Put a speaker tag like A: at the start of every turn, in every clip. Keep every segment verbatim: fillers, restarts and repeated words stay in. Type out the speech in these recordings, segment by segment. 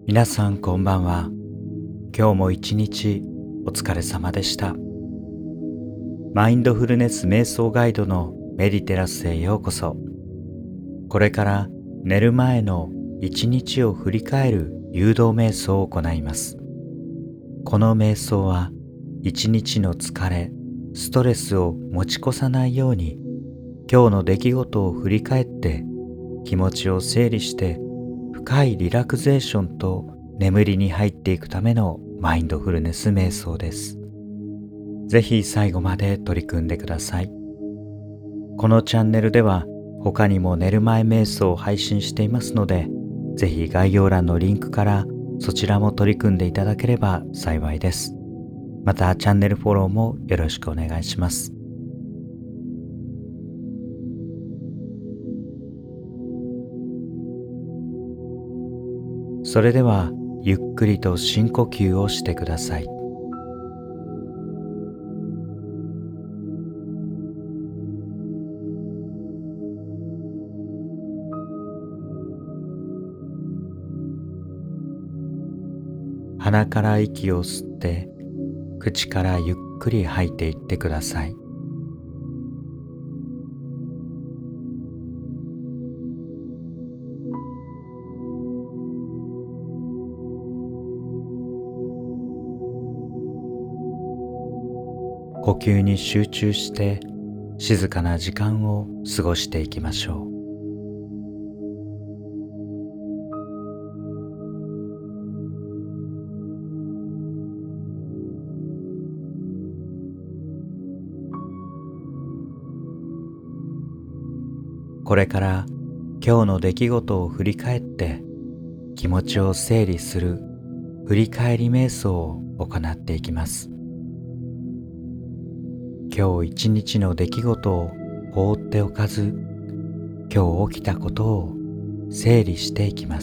A: 皆さんこんばんは。今日も一日お疲れ様でした。マインドフルネス瞑想ガイドのメディテラスへようこそ。これから寝る前の一日を振り返る誘導瞑想を行います。この瞑想は一日の疲れ、ストレスを持ち越さないように、今日の出来事を振り返って気持ちを整理して深いリラクゼーションと眠りに入っていくためのマインドフルネス瞑想です。ぜひ最後まで取り組んでください。このチャンネルでは他にも寝る前瞑想を配信していますので、ぜひ概要欄のリンクからそちらも取り組んでいただければ幸いです。またチャンネルフォローもよろしくお願いします。それではゆっくりと深呼吸をしてください。鼻から息を吸って口からゆっくり吐いていってください。呼吸に集中して静かな時間を過ごしていきましょう。これから今日の出来事を振り返って気持ちを整理する振り返り瞑想を行っていきます。今日一日の出来事を放っておかず、今日起きたことを整理していきます。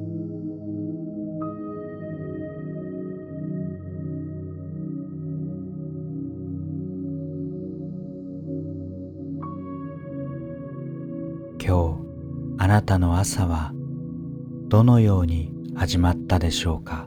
A: 今日あなたの朝はどのように始まったでしょうか。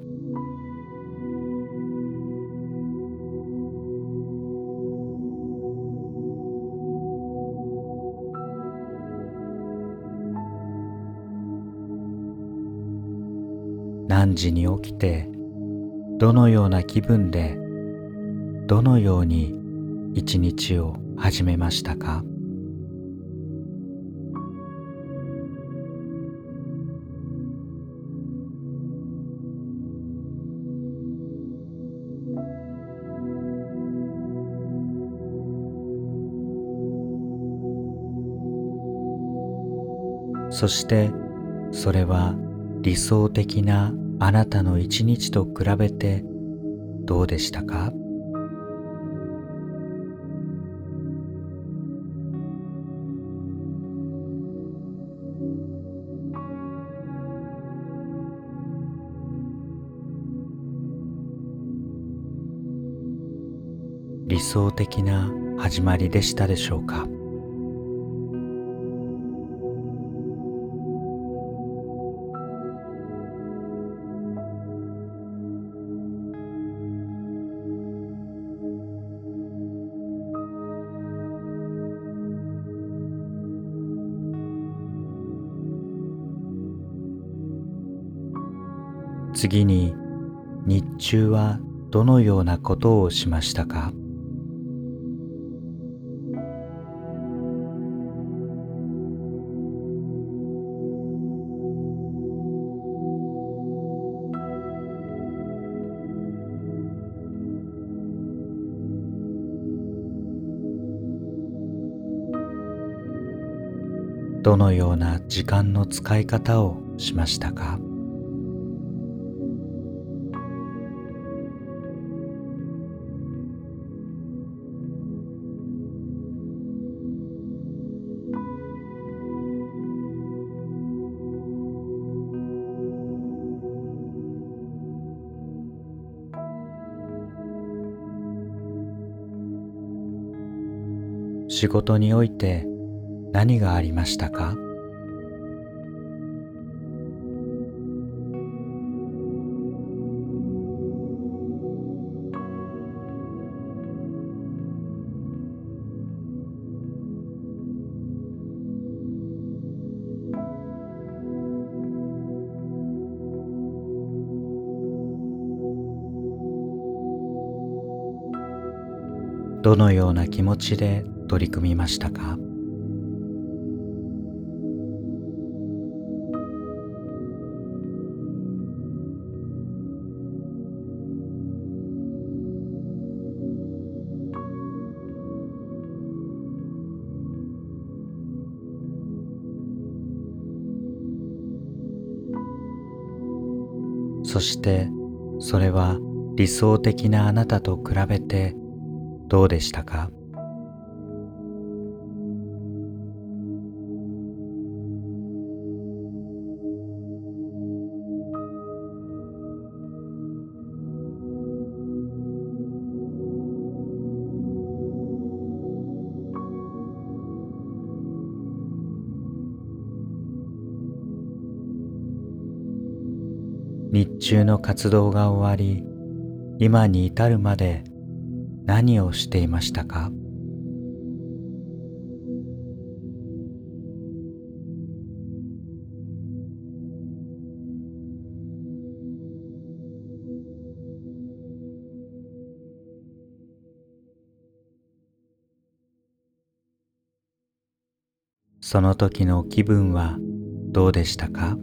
A: 何時に起きて、どのような気分で、どのように一日を始めましたか。そしてそれは理想的なあなたの一日と比べてどうでしたか。理想的な始まりでしたでしょうか。次に、日中はどのようなことをしましたか。どのような時間の使い方をしましたか。仕事において何がありましたか。 どのような気持ちで取り組みましたか？そしてそれは理想的なあなたと比べてどうでしたか？日中の活動が終わり、今に至るまで何をしていましたか？その時の気分はどうでしたか？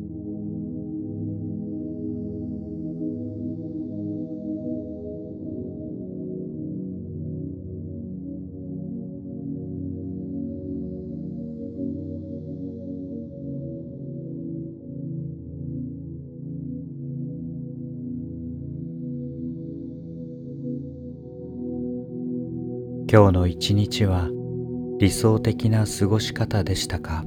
A: 今日の一日は理想的な過ごし方でしたか？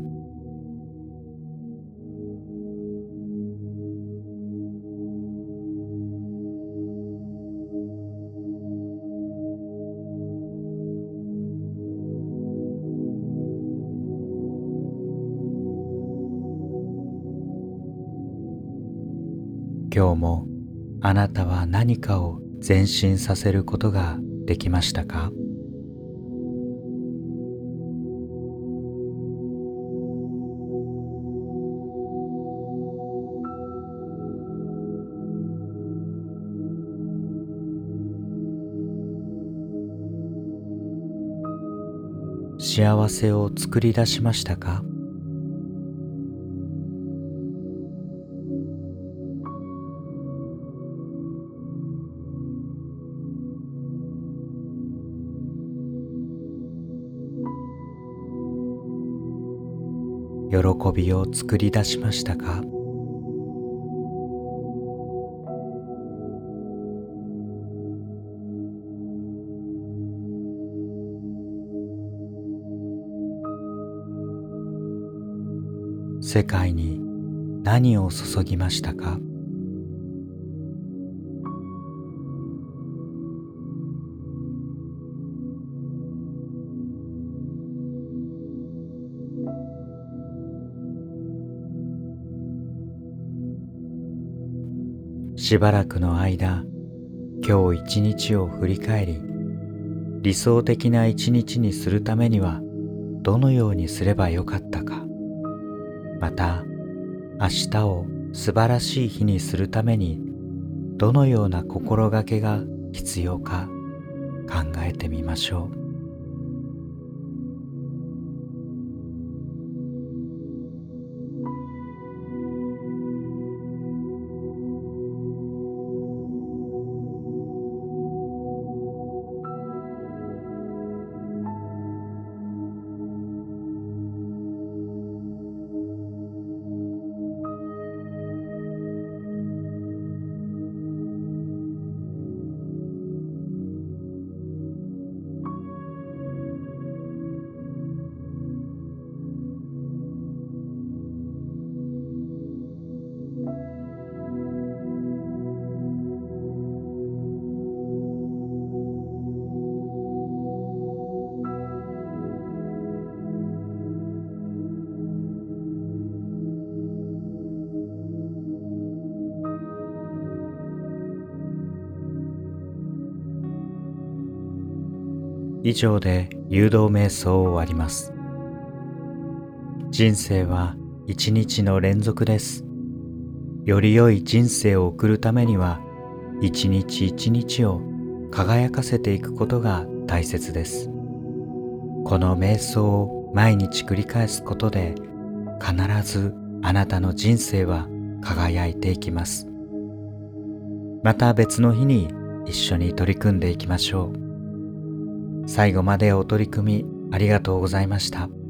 A: 今日もあなたは何かを前進させることができましたか？幸せを作り出しましたか？喜びを作り出しましたか？世界に何を注ぎましたか？しばらくの間、今日一日を振り返り、理想的な一日にするためにはどのようにすればよかったか、また明日を素晴らしい日にするためにどのような心がけが必要か考えてみましょう。以上で誘導瞑想を終わります。人生は一日の連続です。より良い人生を送るためには、一日一日を輝かせていくことが大切です。この瞑想を毎日繰り返すことで、必ずあなたの人生は輝いていきます。また別の日に一緒に取り組んでいきましょう。最後までお取り組みありがとうございました。